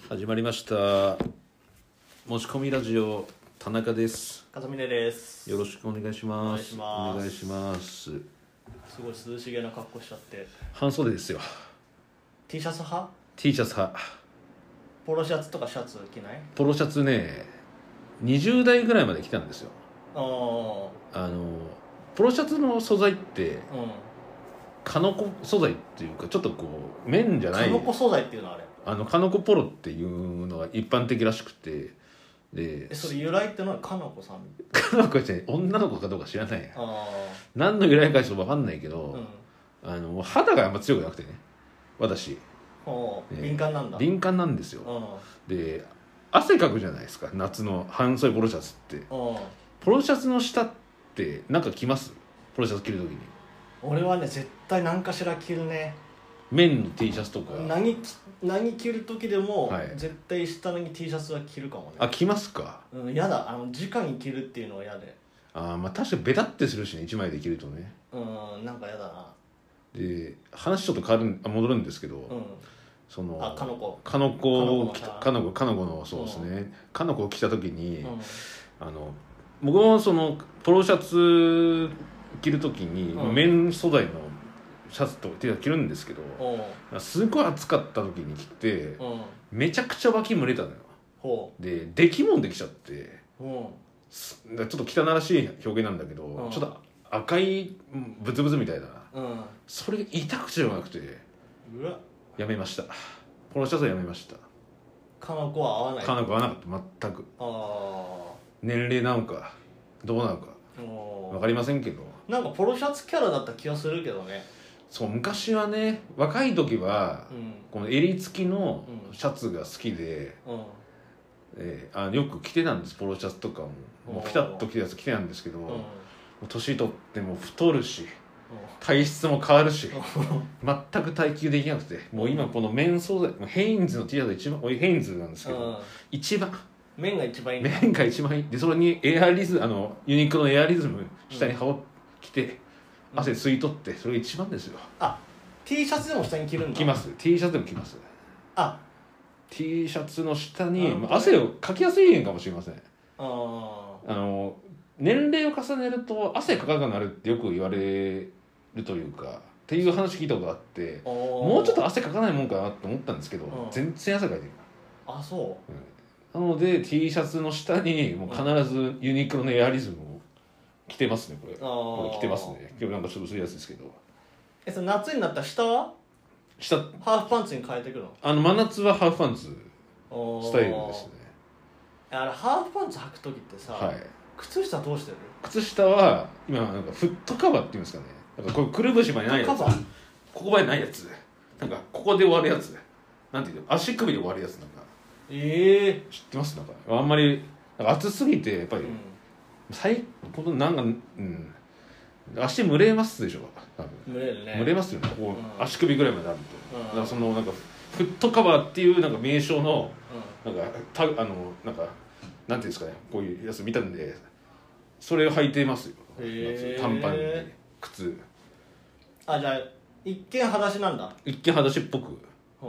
始まりました。持ち込みラジオ田中です。 風峰です。 よろしくお願いします。 お願いします。すごい涼しげな格好しちゃって。 半袖ですよ。 T シャツ派？ T シャツ派。 ポロシャツとかシャツ着ない？ ポロシャツね、20代ぐらいまで着たんですよ。 ポロシャツの素材ってうん。 カノコ素材っていうか、ちょっとこう綿じゃない、 カノコ素材っていうのあれ。 カノコポロっていうのが一般的らしくて、でそれ由来ってのはカノコさん？ カノコじゃない、女の子かどうか知らないや。 あ何の由来かちょっと分かんないけど、 あ。うん。 もう肌があんま強くなくてね、私。 敏感なんだ。 敏感なんですよ。 うん。 で汗かくじゃないですか、夏の半袖ポロシャツって。 うん。 ポロシャツの下ってなんか着ます？ポロシャツ着るときに俺はね絶対何かしら着るね。 綿の T シャツとか。 何着る時でも、 はい、 絶対下に T シャツは着るかもね。 あ、着ますか？ うん、やだ。直に着るっていうのは嫌で。 まあ確かにベタってするしね、1枚で着るとね。 なんか嫌だな。 で話ちょっと戻るんですけど、そのカノコカノコのそうですね、カノコを着た時に、僕もそのポロシャツ着る時に、綿素材のシャツと T シャツ着るんですけど、すごい暑かった時に着て、めちゃくちゃ脇蒸れたのよ。でできもんできちゃって、ちょっと汚らしい表現なんだけど、ちょっと赤いブツブツみたいな、それが痛くてしょうがなくてやめました。ポロシャツはやめました。 カノコは合わない？ カノコ合わなかった、全く。年齢なのかどうなのか分かりませんけど、 なんかポロシャツキャラだった気がするけどね。 そう、昔はね、若い時は、この襟付きのシャツが好きで、よく着てたんです。ポロシャツとかもうピタッと着たやつ着てたんですけど、年取っても太るし体質も変わるし全く耐久できなくて、もう今この綿素材、ヘインズの T シャツ一番、ヘインズなんですけど、一番綿が一番いい。 綿が一番いい。でそれにエアリズム、ユニクロのエアリズム下に羽織着て、汗吸い取って、それが一番ですよ。 T シャツでも下に着るんだ。 着ます。 T シャツでも着ます。T シャツの下に、汗をかきやすいかもしれません。年齢を重ねると汗かかなくなるってよく言われるというかっていう話聞いたことがあって、もうちょっと汗かかないもんかなと思ったんですけど、全然汗かいてる。 そう、 なので T シャツの下にもう必ずユニクロのエアリズムを着てますね。これ着てますね。今日なんかちょっと薄いやつですけど。 その夏になったら下はハーフパンツに変えてくるの？ 真夏はハーフパンツスタイルですね。 ハーフパンツ履く時ってさ、靴下どうしてる？ 靴下は今なんかフットカバーっていうんですかね、なんかこれくるぶしまでないやつ、ここまでないやつ、なんかここで終わるやつ、なんていうの、足首で終わるやつ、なんか知ってます？なんかあんまりなんか暑すぎてやっぱり、このなんか足蒸れますでしょ、多分。蒸れるね。蒸れますよね、こう、足首ぐらいまであると。だからそのなんかフットカバーっていうなんか名称のなんかなんかなんていうんですかね、こういうやつ見たんで、それを履いてますよ。短パンに靴。 じゃあ一見裸足なんだ。 一見裸足っぽく。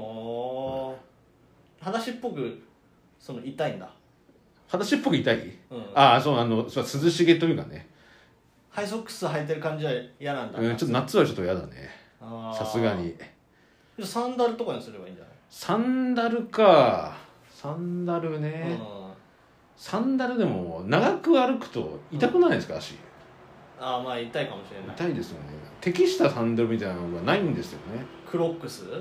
裸足っぽく痛いんだ。 裸足っぽく痛い？そう涼しげというかね。 ハイソックス履いてる感じは嫌なんだ。 ちょっと夏はちょっと嫌だね。さすがに。 サンダルとかにすればいいんじゃない？ サンダルか。サンダルね。サンダルでも長く歩くと痛くないですか、足。 まあ痛いかもしれない。 痛いですよね。適したサンダルみたいなのがないんですよね。 クロックス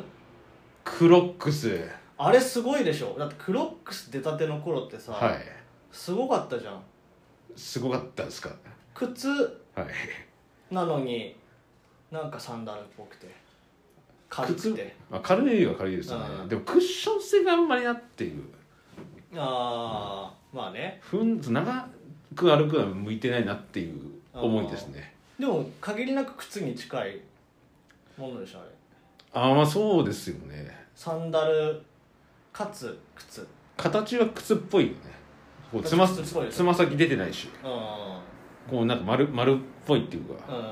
あれすごいでしょ。だってクロックス出たての頃ってさ、すごかったじゃん。 すごかったですか？ 靴なのになんかサンダルっぽくて軽くて、 軽いは軽いですよね。でもクッション性があんまりなっていう。 まあね、 長く歩くのは向いてないなっていう思いですね。 でも限りなく靴に近いものでしょ、あれ。 まあそうですよね。 サンダルかつ靴、 形は靴っぽいよね。こうつま先出てないし、こうなんか丸っぽいっていうか、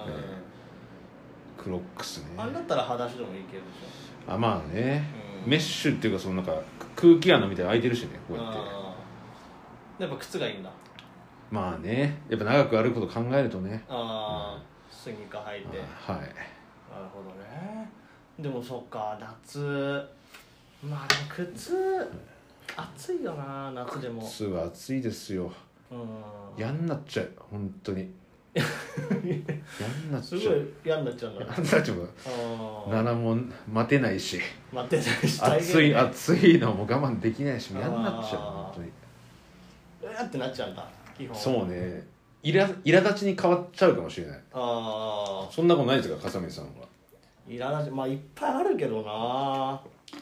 クロックスね。 あれだったら裸足でもいけるでしょ。 まあね、メッシュっていうか、そのなんか空気穴みたいな開いてるしね、こうやって。 やっぱ靴がいいんだ。 まあね、やっぱ長く歩くこと考えるとね。 スニーカー履いて。 はい。なるほどね。でもそっか、夏、まあでも靴、暑いよな、夏でも。 靴は暑いですよ。嫌になっちゃう、本当に。嫌になっちゃう。すごい嫌になっちゃうんだ。 嫌になっちゃう。ならもう待てないし。 待てないし。 暑いのも我慢できないし、嫌になっちゃう、本当に。 ってなっちゃうんだ。基本。 そうね。苛立ちに変わっちゃうかもしれない。そんなことないですか、笠宮さんは。 苛立ち、まあいっぱいあるけどな。 はい。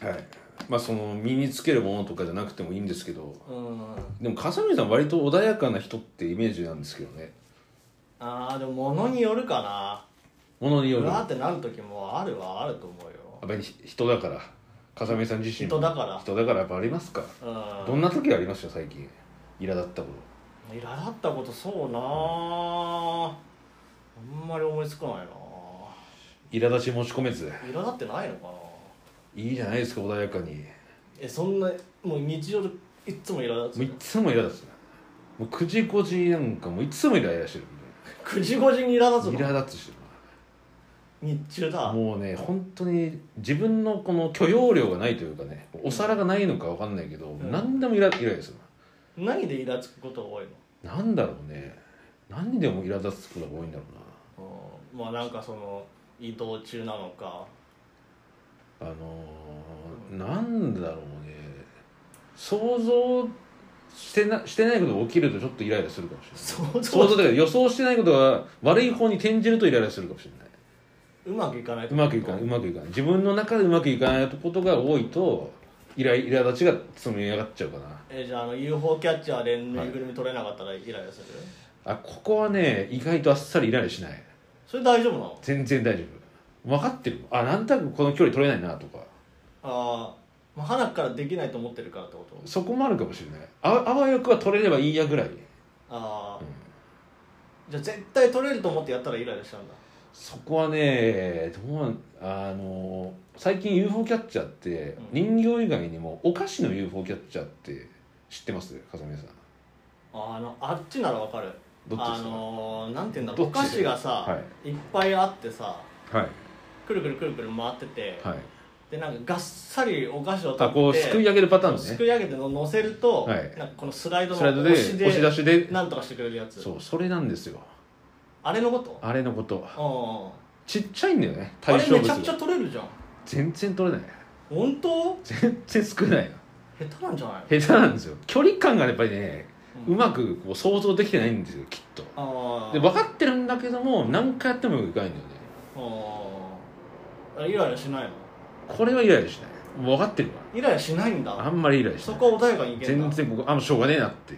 まあその身につけるものとかじゃなくてもいいんですけど、でも笠宮さん割と穏やかな人ってイメージなんですけどね。 でも物によるかな。 物による。 ってなる時もあると思うよ。 やっぱり人だから、笠宮さん自身人だからやっぱありますか。どんな時ありました最近、苛立ったこと。 苛立ったこと、そうなあんまり思いつかないな。 苛立ち持ち込めず。 苛立ってないのかな。 いいじゃないですか、穏やかに。 そんなもう日常でいつも苛立つ。 もういつも苛立つ。もう9時5時なんかもういつもイライラしてるみたいな。9時5時に苛立つの。 苛立つしてる。 日中だ。 もうね、本当に自分のこの許容量がないというかね、お皿がないのか分かんないけど、何でもイライラする。 何でイラつくことが多いの。なんだろうね、何でもイラ立つことが多いんだろうな。まあなんかその移動中なのか、 なんだろうね、想像してないことが起きるとちょっとイライラするかもしれない。想像だけど予想してないことが悪い方に転じるとイライラするかもしれない。 うまくいかない。 自分の中でうまくいかないことが多いと苛立ちが積み上がっちゃうかな。 じゃあUFO キャッチャーでぬいぐるみ取れなかったらイライラする？ ここはね、意外とあっさりイライラしない。 それ大丈夫なの？ 全然大丈夫。分かってる。なんとなくこの距離取れないなとか。 花からできないと思ってるからってこと？ そこもあるかもしれない。あわよくは取れればいいやぐらい。 じゃあ絶対取れると思ってやったらイライラしちゃうんだ。 そこはね、最近 UFO キャッチャーって人形以外にもお菓子の UFO キャッチャーって知ってます？笠宮さん。 あっちならわかる。 どっちですか？ なんていうんだろう、お菓子がさ、いっぱいあってさ、くるくるくるくる回ってて、でなんかがっさりお菓子を取ってこうすくい上げるパターンね。 すくい上げて乗せると、なんかこのスライドの押し出しでなんとかしてくれるやつ。 それなんですよ。 あれのこと？ あれのこと。ちっちゃいんだよね、 対象物が。あれめちゃくちゃ取れるじゃん。 全然取れない。 本当？ 全然少ないな。下手なんじゃない？ 下手なんですよ。距離感がやっぱりね、うまくこう想像できてないんですよ、きっと。で分かってるんだけども、何回やってもいかないんだよね。 イライラしないの？ これはイライラしない。分かってるわ。 イライラしないんだ。 あんまりイライラしない。 そこは穏やかにいけるんだ。 全然ここしょうがねえなっていう。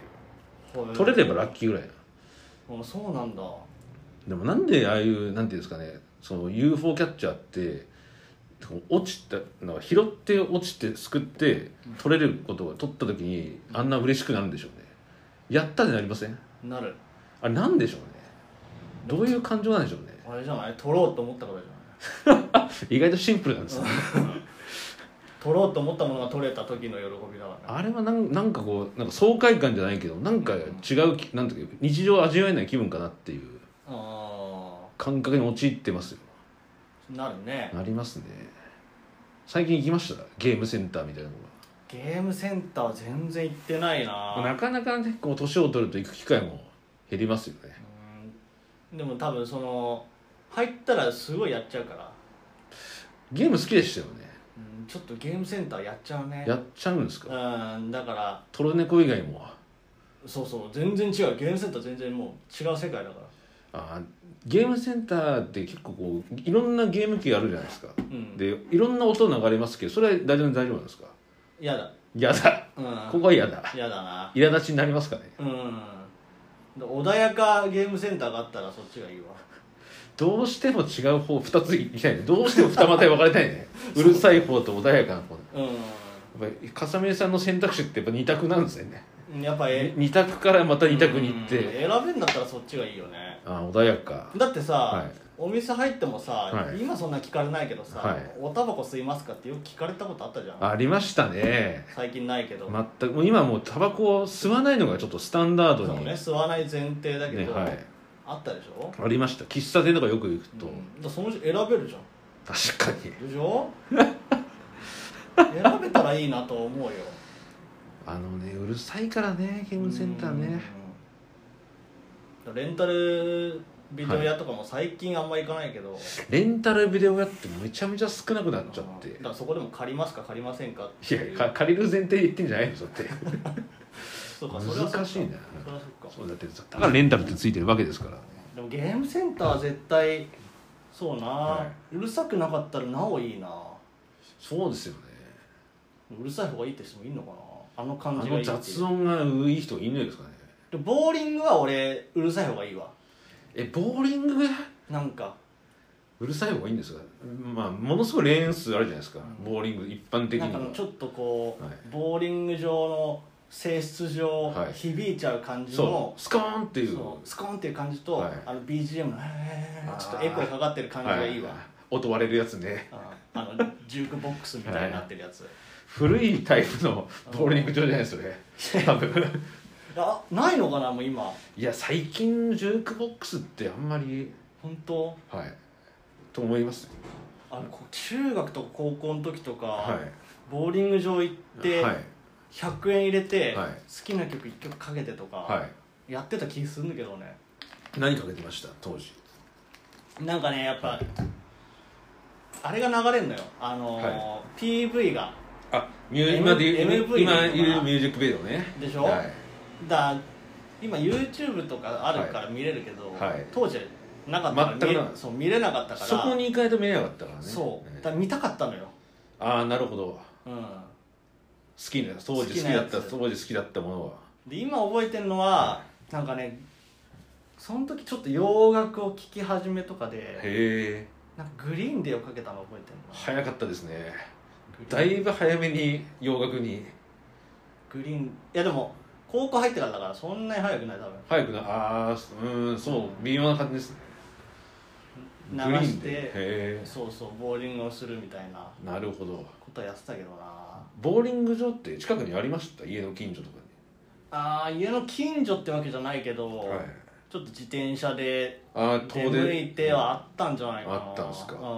取れればラッキーぐらいな。 そうなんだ。 でもなんでああいうなんていうんですかね、その UFO キャッチャーって落ちたなんか拾って落ちてすくって取れることが取った時にあんな嬉しくなるんでしょうね。やったってなりません？ なる。 あれなんでしょうね。どういう感情なんでしょうね。 あれじゃない？取ろうと思ったからじゃない？ 意外とシンプルなんですね。 取ろうと思ったものが取れた時の喜びだから、 あれはなんかこうなんか爽快感じゃないけど、なんか違うなんていうか日常味わえない気分かなっていう感覚に陥ってますよ。 なるね。 なりますね。最近行きました？ゲームセンターみたいなのが。 ゲームセンター全然行ってないな。 なかなかね、こう年を取ると行く機会も減りますよね。 でも多分その入ったらすごいやっちゃうから。 ゲーム好きでしたよね。 ちょっとゲームセンターやっちゃうね。 やっちゃうんですか？ だからトロネコ以外も。 そう全然違う。ゲームセンター全然もう違う世界だから。 ゲームセンターって結構こういろんなゲーム機があるじゃないですか、でいろんな音流れますけど、それは大丈夫なんですか？ 嫌だ。 ここは嫌だ。 嫌だな。 苛立ちになりますかね。 穏やかゲームセンターがあったらそっちがいいわ。 どうしても違う方2つ行きたいね。どうしても二股に分かれたいね。うるさい方と穏やかな方。やっぱり笠宮さんの選択肢ってやっぱ2択なんですよね。 やっぱ 2択からまた2択に行って選べんだったらそっちがいいよね。 穏やかだってさ、 お店入ってもさ、 はい、 今そんな聞かれないけどさ、 はい、 おタバコ吸いますかってよく聞かれたことあったじゃん。 ありましたね。 最近ないけど。 全くもう今もうタバコを吸わないのがちょっとスタンダードに。 そうね、吸わない前提だけど、 ね、はい、 あったでしょ。 ありました。喫茶店とかよく行くと、 だその選べるじゃん。 確かにでしょ選べたらいいなと思うよ。 うるさいからね、ゲームセンターね。 レンタルビデオ屋とかも最近あんま行かないけど、 レンタルビデオ屋ってめちゃめちゃ少なくなっちゃって、 だからそこでも借りますか借りませんかっていう。 いや借りる前提で言ってんじゃないのだってそうか、 難しいね。 それはそっか。 そうだってだからレンタルってついてるわけですからね。 でもゲームセンターは絶対そうな、 はうるさくなかったらなおいいな。 そうですよね。 うるさい方がいいって人もいるのかな。あの感じがいいっていう。 雑音がいい人いるんですかね。 でボーリングは俺うるさい方がいいわ。 ボーリングなんかうるさい方がいいんですか。まあものすごいレーン数あるじゃないですか、ボーリング一般的には。 なんかちょっとこう、 はい、 ボーリング場の性質上、 はい、 響いちゃう感じの、 そうスコーンっていう、 スコーンっていう感じと、 はい、 BGM のちょっとエコーかかってる感じがいいわ、 音割れるやつね。 ジュークボックスみたいになってるやつ、 古いタイプのボーリング場じゃないですそれ多分ないのかなもう今。 いや最近ジュークボックスってあんまり。 本当？ はいと思います。 中学とか高校の時とか、 はい、 ボーリング場行って、はい、100円入れて、 はい、 好きな曲1曲かけてとか、はい、やってた気するんだけどね。 何かけてました当時。 なんかねやっぱ、はい、あれが流れるのよ、はい、PV が今いるミュージックビデオね。 でしょ、はい、今 YouTube とかあるから見れるけど、はい、当時なかったから見れなかったから、 そこに行かないと見れなかったからね。 そうだから見たかったのよ。 ああなるほど、うん、好きな当時好きだったものは。 で今覚えてるのは、なんかねその時ちょっと洋楽を聴き始めとかで、 へえ、 なんかグリーンデーをかけたの覚えてるの。 早かったですね。だいぶ早めに洋楽に。 グリーン、いやでも高校入ってからだからそんなに早くない多分。 早くない。ああそう微妙な感じですね。 流してそうボーリングをするみたいな。 なるほど。 ことやってたけどな。 ボーリング場って近くにありました？家の近所とかに。 家の近所ってわけじゃないけど、はい、ちょっと自転車で出向いてはあったんじゃないかな。 あったんですか。娯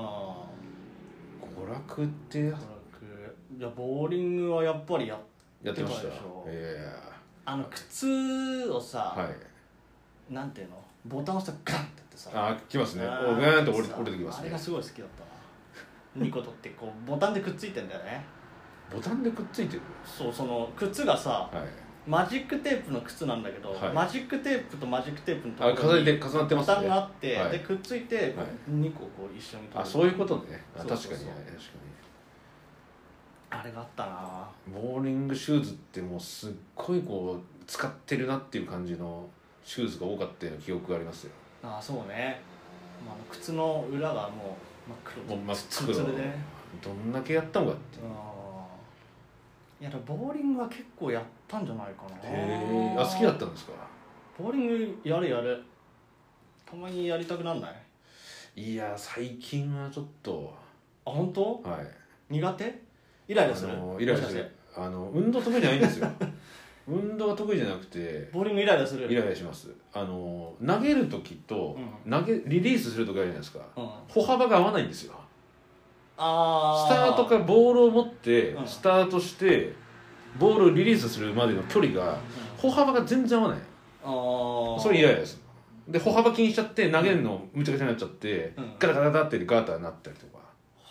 楽って。 いやボーリングはやっぱりやってましたでしょ。靴をさ、はい、なんていうのボタンを押したらガンってやってさ、 来ますね。ガーンって折れてきますね。 あれがすごい好きだったな。2個取ってこうボタンでくっついてんだよね。 ボタンでくっついてる。 そうその靴がさ、はい、マジックテープの靴なんだけど、はい、マジックテープとマジックテープのところに重なってますね。 ボタンがあって、はい、でくっついて、はい、2個こう一緒に取る。 そういうことね。確かに。 あれがあったな。 ボーリングシューズってもうすっごいこう使ってるなっていう感じのシューズが多かったような記憶がありますよ。 そうね、靴の裏がもう真っ黒でね、 どんだけやったのかっていう。 いやボーリングは結構やったんじゃないかな。好きだったんですか？ ボーリングやるたまにやりたくなんない？ いや最近はちょっと。 本当？ はい。 苦手？イライラする？ イライラする。運動得意じゃないんですよ。運動が得意じゃなくて。 ボーリングイライラする？ イライラします。投げる時と、リリースする時あるじゃないですか、歩幅が合わないんですよ。スタートからボールを持ってスタートしてボールをリリースするまでの距離が歩幅が全然合わない。それイライラです。で歩幅気にしちゃって投げるのむちゃくちゃになっちゃって、ガタガタガタってガーターになったりとか。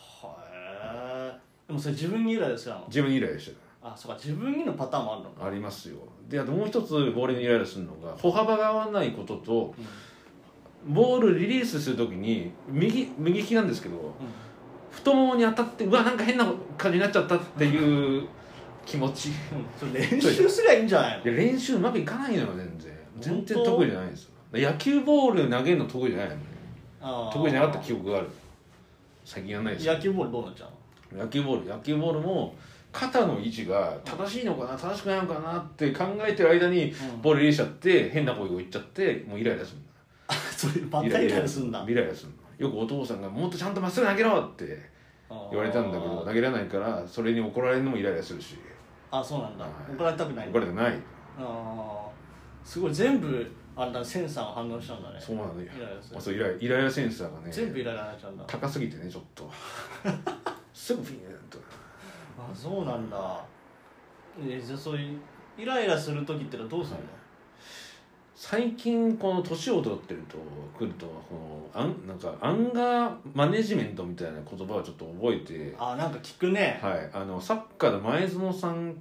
でもそれ自分にイライラするの？ 自分にイライラしてる。 そうか、自分にのパターンもあるのか。 ありますよ。であともう一つボールにイライラするのが歩幅が合わないことと、ボールリリースするときに右利きなんですけど、太ももに当たってなんか変な感じになっちゃったっていう気持ち。 それ練習すりゃいいんじゃないの？ 練習うまくいかないのよ。全然得意じゃないんですよ。野球ボール投げるの得意じゃないの。得意じゃなかった記憶がある。最近やんないですよ。 野球ボールどうなっちゃうの？ 野球ボールも肩の位置が正しいのかな正しくないのかなって考えてる間にボール入れちゃって変な声がいっちゃってもうイライラするんだ。 それまたイライラするんだ。 イライラするの。 よくお父さんがもっとちゃんとまっすぐ投げろって言われたんだけど、投げられないからそれに怒られるのもイライラするし。 あ、そうなんだ、怒られたくない。 怒られてない。 すごい、全部あれだ、センサーが反応したんだね。 そうなんだよ。イライラセンサーがね、 全部イライラになっちゃうんだ。 高すぎてね、ちょっとすぐフィンと。 あ、そうなんだ。じゃあそういうイライラする時ってのはどうするの？ 最近この年を取ってると来るとなんかアンガーマネジメントみたいな言葉をちょっと覚えて。 なんか聞くね。 はい、サッカーの前園さんって、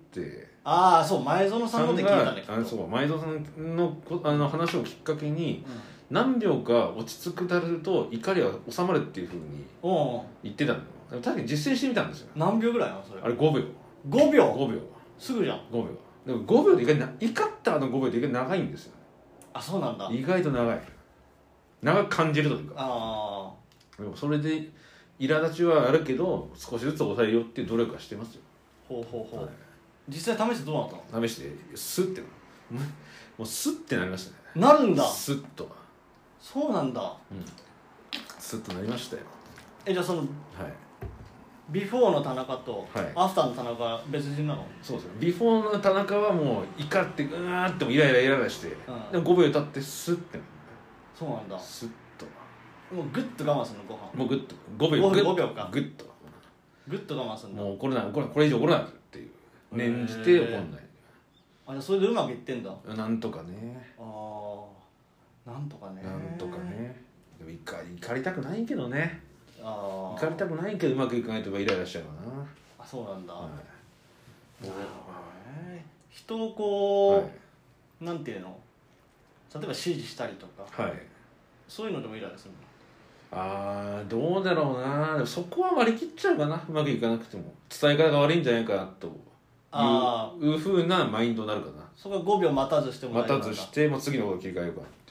そう、前園さんのって聞いたね。 そう前園さんの話をきっかけに、何秒か落ち着くたると怒りは収まるっていうふうに言ってたの。確かに実践してみたんですよ。 何秒ぐらいなのそれ？ あれ5秒。 5秒 5秒すぐじゃん。 5秒でも5秒で怒った後の5秒って意外と長いんですよ。 あ、そうなんだ。 意外と長く感じるというか。でもそれで苛立ちはあるけど少しずつ抑えるよっていう努力はしてますよ。 ほう、はい、実際試してどうなったの？ 試してスッてもうスッてなりましたね。 なるんだ。 スッと。 そうなんだ。 スッとなりましたよ。 じゃあその、ビフォーの田中と、アフターの田中は別人なの？ そうですね。ビフォーの田中はもう怒ってうわーってもイライラして、でも5秒経ってスッて。 そうなんだ。 スッと。 もうグッと我慢するの？ご飯もうグッと5秒 5秒か。 グッと我慢するんだ。 もうこれ以上怒らないっていう念じて怒んない。 じゃあそれでうまくいってんだ。 なんとかね。 なんとかね。 でも怒りたくないけどね。怒りたくないけどうまくいかないとかイライラしちゃうかな。 そうなんだ。人をこう、なんていうの、例えば指示したりとか、そういうのでもイライラするの？ どうだろうな。でもそこは割り切っちゃうかな。うまくいかなくても伝え方が悪いんじゃないかなというふうなマインドになるかな。 そこは5秒待たずしても待たずしても次のこと切り替えようかっていう。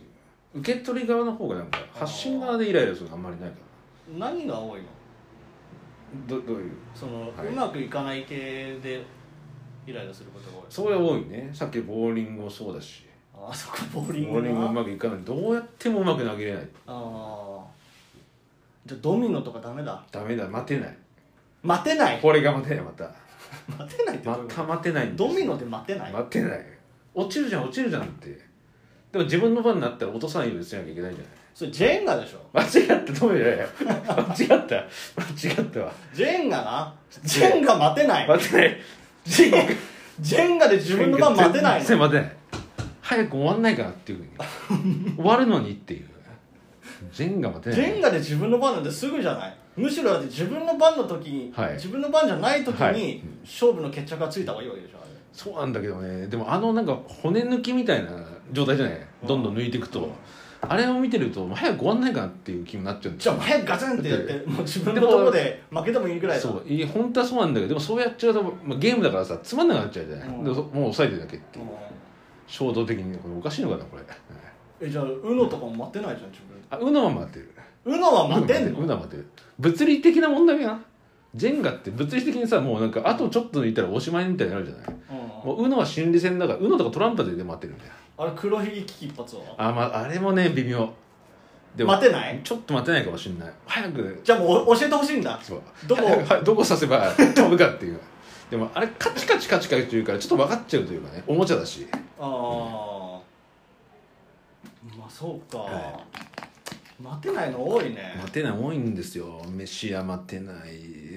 受け取り側の方がなんか発信側でイライラするのあんまりないかな。何が多いの？ どういううまくいかない系でイライラすることが多い？ それは多いね。さっきボーリングもそうだし。 そこボーリングうまくいかない。どうやってもうまく投げれない。 じゃあドミノとかダメだ。 待てない。これが待てない。また待てないってまた待てないんです。 ドミノで待てない。 落ちるじゃんって。でも自分の番になったら落とさないようにしなきゃいけないじゃない。 それジェンガでしょ。 間違ったドミノや間違ったわ。 ジェンガ待てない。ジェンガで自分の番待てないの？ 全然待てない。早く終わんないかなっていうふうに終わるのにっていう。ジェンガ待てない。 ジェンガで自分の番なんてすぐじゃない。むしろだって自分の番の時に、自分の番じゃない時に勝負の決着がついた方がいいわけでしょ。 そうなんだけどね。でもなんか骨抜きみたいな状態じゃない。どんどん抜いていくと、あれを見てると早く終わんないかなっていう気になっちゃうんですよ。じゃあ早くガツンってやってもう自分のところで負けてもいいぐらいだ。 そう本当はそうなんだけど、でもそうやっちゃうと、ゲームだからさつまんなくなっちゃうじゃない。もう抑えてるだけっていう。衝動的にこれおかしいのかなこれ。 じゃあUNOとかも待ってないじゃん自分。 UNOは待ってる。 UNOは待ってんの？ UNOは待ってる。物理的な問題やな。ジェンガって物理的にさもうなんかあとちょっと抜いたらおしまいみたいになるじゃない。もうUNOは心理戦だから、UNOとかトランプで待ってるんだよ。 あれ黒ひげ危機一髪は？ あれもね微妙。 でも待てない？ ちょっと待てないかもしれない。早く。 じゃあもう教えてほしいんだ。 そう。どこ刺せば飛ぶかっていう。でもあれカチカチ言うからちょっと分かっちゃうというかね、おもちゃだし。 まあそうか。待てないの多いね。 待てない多いんですよ。飯屋待てない、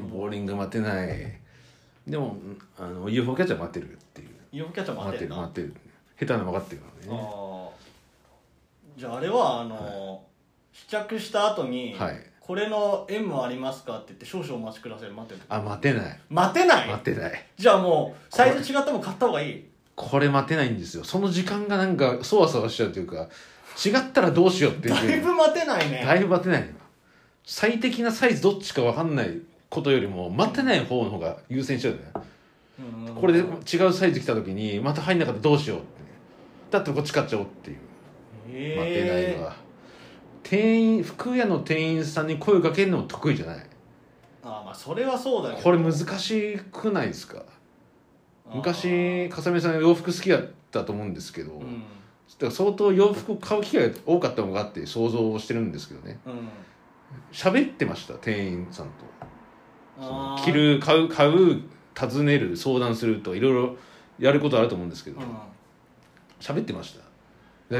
ボーリング待てない。でもUFO キャッチャー待ってるっていう。 UFO キャッチャー待ってる。 下手なの分かってるからね。 じゃああれは試着した後に、これの M ありますかって言って少々お待ちください待ってる。 待てない。 待てない。じゃあもうサイズ違っても買った方がいい。 これ待てないんですよ。その時間がなんかそわそわしちゃうというか、違ったらどうしようっていう。 だいぶ待てないね。 だいぶ待てない。最適なサイズどっちか分かんないことよりも待てない方の方が優先しちゃうね。これで違うサイズ来た時にまた入んなかったらどうしようって。だったらこっち買っちゃおうっていう。待てないわ。服屋の店員さんに声をかけるのも得意じゃない。 まあそれはそうだけど。 これ難しくないですか。昔笠目さん洋服好きだったと思うんですけど、だから相当洋服を買う機会が多かったのがあって想像してるんですけどね、 喋ってました、店員さんと。着る、買う、尋ねる、相談するといろいろやることあると思うんですけど、喋ってました。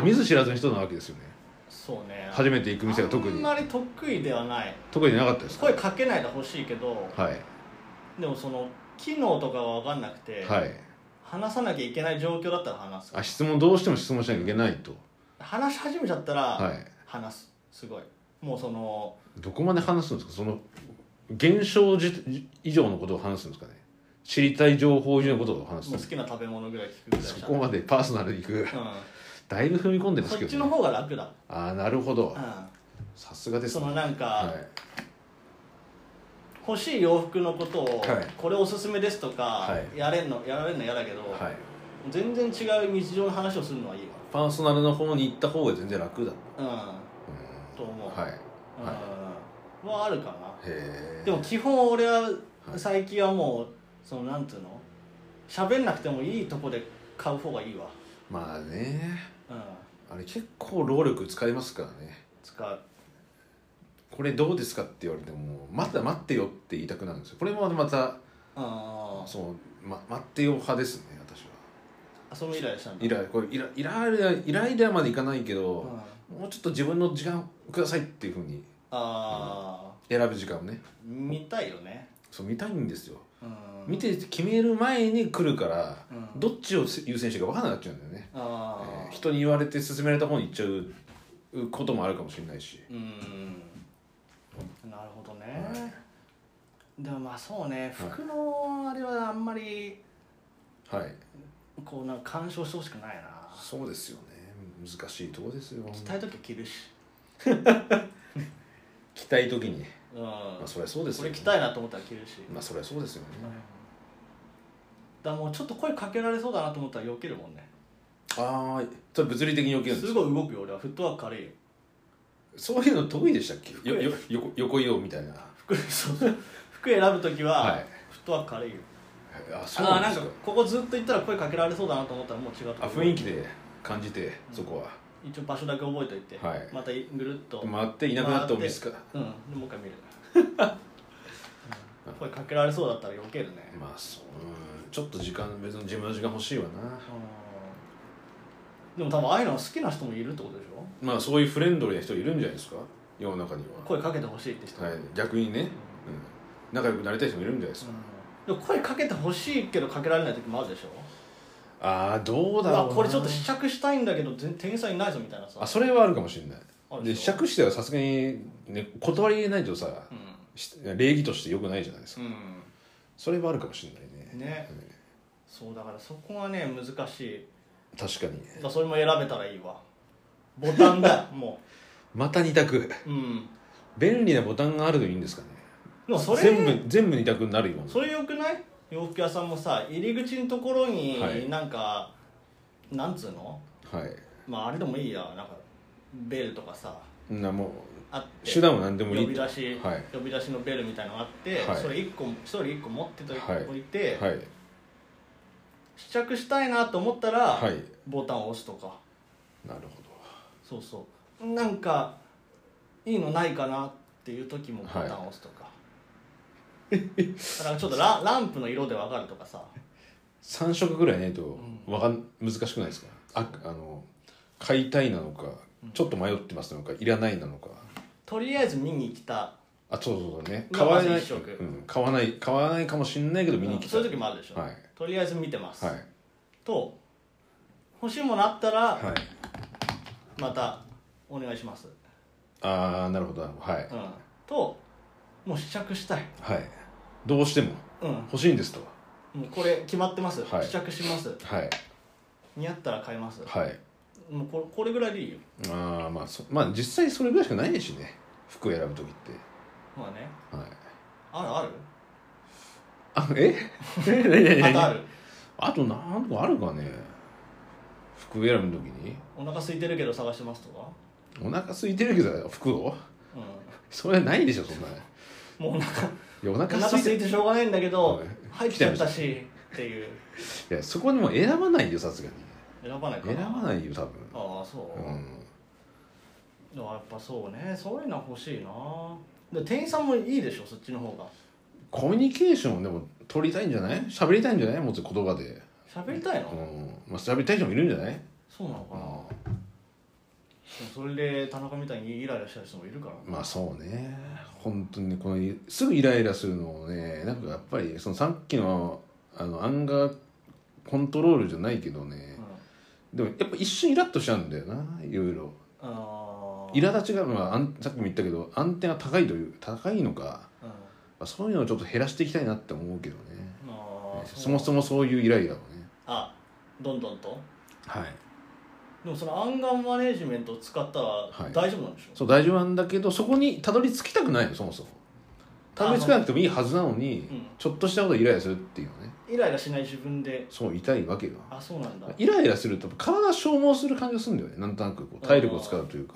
見ず知らずの人なわけですよね。 そうね、 初めて行く店が特にあんまり得意ではない。 得意でなかったですか？ 声かけないでほしいけど、 はい、 でもその機能とかは分かんなくて、はい、話さなきゃいけない状況だったら話す。 質問どうしても質問しなきゃいけないと。 話し始めちゃったら話す、すごい。もうそのどこまで話すんですか？その現象以上のことを話すんですかね？知りたい情報以上のことを話す。 もう好きな食べ物ぐらい聞くぐらい。 そこまでパーソナルに行く、だいぶ踏み込んでますけど、 そっちの方が楽だ。 ああ、なるほど、さすがですね。 そのなんか、欲しい洋服のことを、これおすすめですとか、やられるの嫌だけど、全然違う日常の話をするのはいいわ。 パーソナルの方に行った方が全然楽だ。 と思う。 はあるかな。でも基本俺は最近はもうそのなんていうの、喋んなくてもいいとこで買う方がいいわ。 まあね、あれ結構労力使いますからね。 使う。 これどうですかって言われても待ってよって言いたくなるんですよ。これもまたそう、待ってよ派ですね、私は。 そのイライラしたんだ。 イライラまでいかないけど、もうちょっと自分の時間くださいっていうふうに選ぶ時間をね、 見たいよね。 そう、見たいんですよ。見て決める前に来るから、どっちを優先してるか分からなくなっちゃうんだよね。人に言われて勧められた方に行っちゃうこともあるかもしれないし。 なるほどね。でもまあそうね、服のあれはあんまりこうなんか干渉してほしくないな。 そうですよね、難しいとこですよ。 着たい時は着るし着たい時に、まあそりゃそうですよね。 これ着たいなと思ったら着るし、 まあそりゃそうですよね。 だからもうちょっと声かけられそうだなと思ったら避けるもんね。 ああ、それ物理的に避けるんですか？ すごい動くよ俺は。フットワーク軽いよ。 そういうの得意でしたっけ？横移動みたいな。 服選ぶ時はフットワーク軽いよ。なんかここずっと行ったら声かけられそうだなと思ったらもう違うとこ。 雰囲気で感じて、そこは一応場所だけ覚えといて、またぐるっと回っていなくなったお店か。 でもう一回見る声かけられそうだったら避けるね。 まあそう、ちょっと時間、別に自分の時間欲しいわな。 でも多分ああいうの好きな人もいるってことでしょ。 まあそういうフレンドリーな人いるんじゃないですか、世の中には。声かけてほしいって人、 逆にね、仲良くなりたい人もいるんじゃないですか。 でも声かけてほしいけどかけられない時もあるでしょ。 ああ、どうだろうな。 これちょっと試着したいんだけど店員さんいないぞみたいなさ。 それはあるかもしれない。で試着してはさすがに、ね、断りないとさ、礼儀として良くないじゃないですか。それはあるかもしれないね。 そうだからそこがね難しい。 確かに。 それも選べたらいいわ。ボタンだもうまた2択。便利なボタンがあるといいんですかね。 でもそれ全部2択になるよ。 それよくない？洋服屋さんもさ、入り口のところになんか、なんつうの？まああれでもいいや、なんかベルとかさ、 もう手段は何でもいい。 呼び出しのベルみたいなのがあって、それ1個持っておいて、試着したいなと思ったらボタンを押すとか。 なるほど。 そうそう。なんかいいのないかなっていう時もボタンを押すとか。だからちょっとランプの色で分かるとかさ。 3色ぐらいないと難しくないですか？買いたいなのか、ちょっと迷ってますのか、いらないなのか。 とりあえず見に来た。 そうね。買わないかもしれないけど見に来た。 そういう時もあるでしょ。とりあえず見てます。と欲しいものあったらまたお願いします。 なるほど。 ともう試着したい。 どうしても欲しいんですと。 もうこれ決まってます。試着します。似合ったら買います。もうこれぐらいでいいよ。 まあ実際それぐらいしかないしね、服選ぶ時って。 まあね。あるあと何個あるかね、服選ぶ時に。 お腹空いてるけど探してますとか。 お腹空いてるけど服を、それはないでしょ、そんな。 もうお腹空いてしょうがないんだけど入っちゃったしっていう。 いや、そこにも選ばないよ、さすがに。 選ばないかな。 選ばないよ多分。 そう。 やっぱそうね、そういうのは欲しいな。で店員さんもいいでしょ、そっちの方が。 コミュニケーションをでも取りたいんじゃない？喋りたいんじゃない？もうちょっと言葉で喋りたいの？ まあ喋りたい人もいるんじゃない？ そうなのかな。それで田中みたいにイライラした人もいるから。 まあそうね、本当にこのすぐイライラするのをね、なんかやっぱりそのさっきのアンガーコントロールじゃないけどね、でもやっぱ一瞬イラッとしちゃうんだよな、いろいろ。苛立ちが、さっきも言ったけどアンテナ高いのか、そういうのをちょっと減らしていきたいなって思うけどね。そもそもそういうイライラをね、 どんどんと。 はい。 でもそのアンガーマネジメントを使ったら大丈夫なんでしょ？ そう、大丈夫なんだけど、そこにたどり着きたくないの、そもそも。たどり着かなくてもいいはずなのに、ちょっとしたことでイライラするっていうのね。 イライラしない自分で。 そう痛いわけよ。 そうなんだ。 イライラすると体消耗する感じがするんだよね、なんとなくこう体力を使うというか。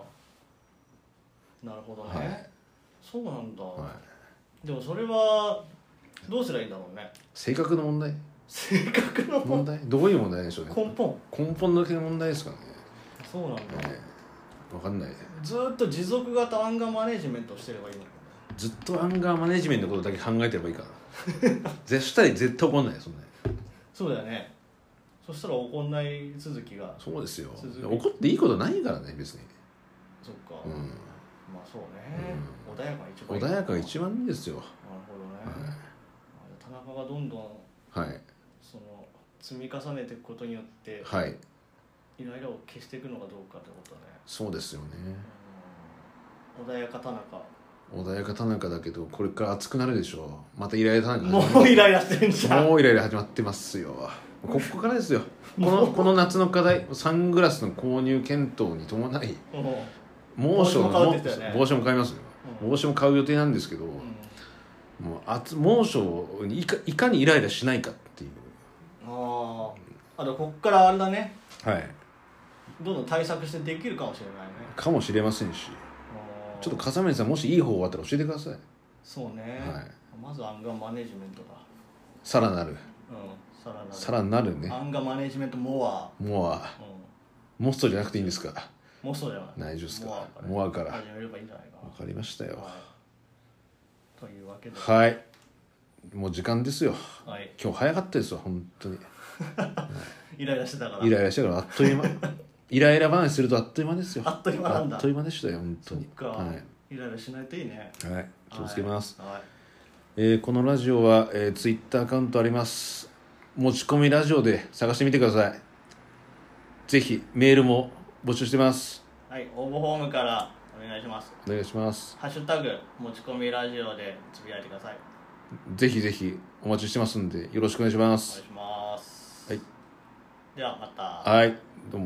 なるほどね、そうなんだ、でもそれはどうすればいいんだろうね。 性格の問題。 性格の問題。 どういう問題でしょうね。 根本だけの問題ですかね。 そうなんだ、 分かんない。 ずっと持続型アンガーマネジメントしてればいいのかな。 ずっとアンガーマネジメントのことだけ考えてればいいかな。絶対絶対怒んない、そんな。 そうだよね。そしたら怒んない続きが。 そうですよ。怒っていいことないからね、別に。 そっか、まあそうね、穏やかが一番穏やかが一番いいんですよ。 なるほどね、田中がどんどんその積み重ねていくことによってイライラを消していくのかどうかってことだね。 そうですよね。 穏やか田中。 穏やか田中だけど、これから暑くなるでしょう。またイライラ田中もうイライラしてんじゃん。 もうイライラ始まってますよ。ここからですよ。この夏の課題、サングラスの購入検討に伴い帽子も買いますよ。帽子も買う予定なんですけど、もう猛暑にいかにイライラしないかっていう。 あとこっからあれだね、 はいどんどん対策してできるかもしれないね。 かもしれませんし、ちょっと笠宮さんもしいい方法あったら教えてください。 そうね、まずアンガーマネジメントだ。 さらなるね。 アンガーマネジメントモストじゃなくていいんですか？ モストじゃない。 大丈夫ですか？モアから始めればいいんじゃないかな。 わかりましたよ。 というわけで、 はい、もう時間ですよ。今日早かったですわ、本当に。 イライラしてたからあっという間。イライラ話するとあっという間ですよ。 あっという間なんだ。 あっという間でしたよ、本当に。 イライラしないといいね。 気をつけます。このラジオは、ツイッターアカウントあります。持ち込みラジオで探してみてください。ぜひメールも募集してます。 応募フォームからお願いします。 お願いします。 ハッシュタグ持ち込みラジオでつぶやいてください。 ぜひぜひお待ちしてますんでよろしくお願いします。 お願いします。ではまた。 どうも。